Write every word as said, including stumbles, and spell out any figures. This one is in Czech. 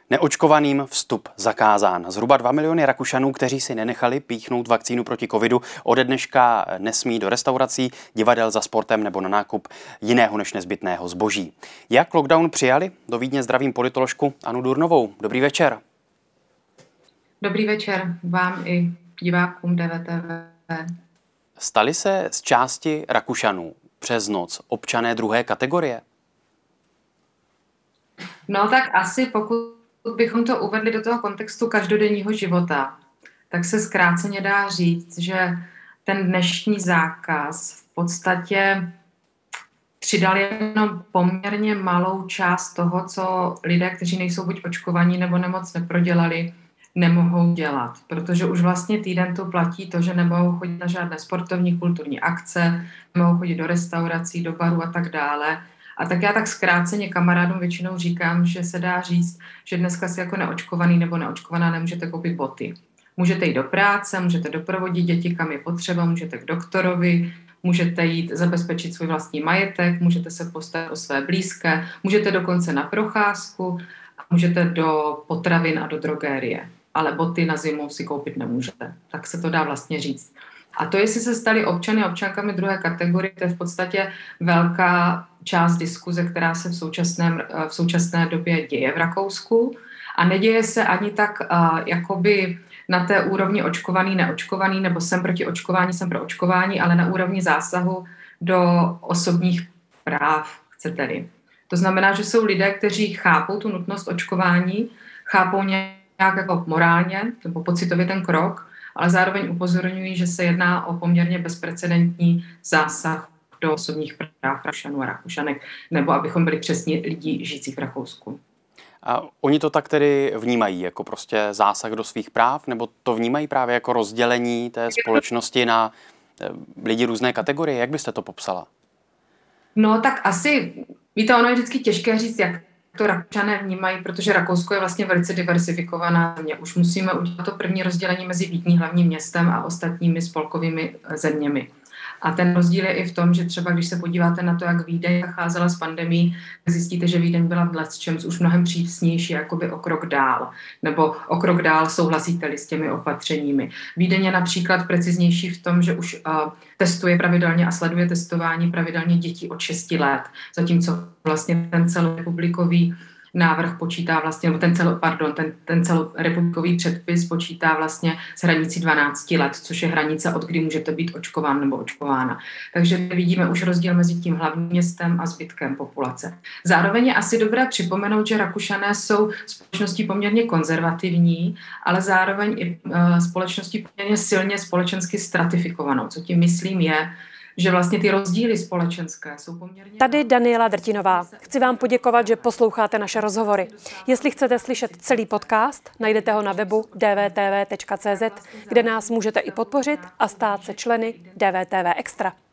Neočkovaným vstup zakázán. Zhruba dva miliony Rakušanů, kteří si nenechali píchnout vakcínu proti covidu, ode dneška nesmí do restaurací, divadel za sportem nebo na nákup jiného než nezbytného zboží. Jak lockdown přijali? Do Vídně zdravím politoložku Anu Durnovou. Dobrý večer. Dobrý večer vám i divákům D V T V. Stali se z části Rakušanů přes noc občané druhé kategorie? No tak asi pokud bychom to uvedli do toho kontextu každodenního života, tak se zkráceně dá říct, že ten dnešní zákaz v podstatě přidal jenom poměrně malou část toho, co lidé, kteří nejsou buď očkovaní nebo nemoc neprodělali, nemohou dělat. Protože už vlastně týden tu platí to, že nemohou chodit na žádné sportovní, kulturní akce, nemohou chodit do restaurací, do barů a tak dále. A tak já tak zkráceně kamarádům většinou říkám, že se dá říct, že dneska si jako neočkovaný nebo neočkovaná nemůžete koupit boty. Můžete jít do práce, můžete doprovodit děti, kam je potřeba, můžete k doktorovi, můžete jít zabezpečit svůj vlastní majetek, můžete se postarat o své blízké, můžete dokonce na procházku a můžete do potravin a do drogérie. Ale boty na zimu si koupit nemůžete. Tak se to dá vlastně říct. A to, jestli se stali občany a občankami druhé kategorie, to je v podstatě velká část diskuze, která se v, současném, v současné době děje v Rakousku. A neděje se ani tak uh, jakoby na té úrovni očkovaný, neočkovaný, nebo jsem proti očkování, jsem pro očkování, ale na úrovni zásahu do osobních práv, chcete-li. To znamená, že jsou lidé, kteří chápou tu nutnost očkování, chápou nějak jako morálně, nebo pocitově ten krok, ale zároveň upozorňují, že se jedná o poměrně bezprecedentní zásah do osobních práv Rakušanů a Rakušanek, nebo abychom byli přesně lidí žijících v Rakousku. A oni to tak tedy vnímají jako prostě zásah do svých práv, nebo to vnímají právě jako rozdělení té společnosti na lidi různé kategorie? Jak byste to popsala? No tak asi, víte, ono je vždycky těžké říct, jak to Rakušané vnímají, protože Rakousko je vlastně velice diversifikovaná země. Už musíme udělat to první rozdělení mezi Vídní hlavním městem a ostatními spolkovými zeměmi. A ten rozdíl je i v tom, že třeba když se podíváte na to, jak Vídeň zacházela s pandemií, zjistíte, že Vídeň byla v lecčems už mnohem přísnější, jakoby o krok dál. Nebo o krok dál souhlasíte-li s těmi opatřeními. Vídeň je například preciznější v tom, že už uh, testuje pravidelně a sleduje testování pravidelně dětí od šesti let. Zatímco vlastně ten celorepublikový návrh počítá vlastně, nebo ten, celo, pardon, ten, ten celorepublikový předpis počítá vlastně s hranicí dvanácti let, což je hranice, od kdy můžete být očkován nebo očkována. Takže vidíme už rozdíl mezi tím hlavním městem a zbytkem populace. Zároveň je asi dobré připomenout, že Rakušané jsou společností poměrně konzervativní, ale zároveň i uh, společností poměrně silně společensky stratifikovanou. Co tím myslím je, že vlastně ty rozdíly společenské jsou poměrně... Tady Daniela Drtinová. Chci vám poděkovat, že posloucháte naše rozhovory. Jestli chcete slyšet celý podcast, najdete ho na webu d v t v tečka c z, kde nás můžete i podpořit a stát se členy D V T V Extra.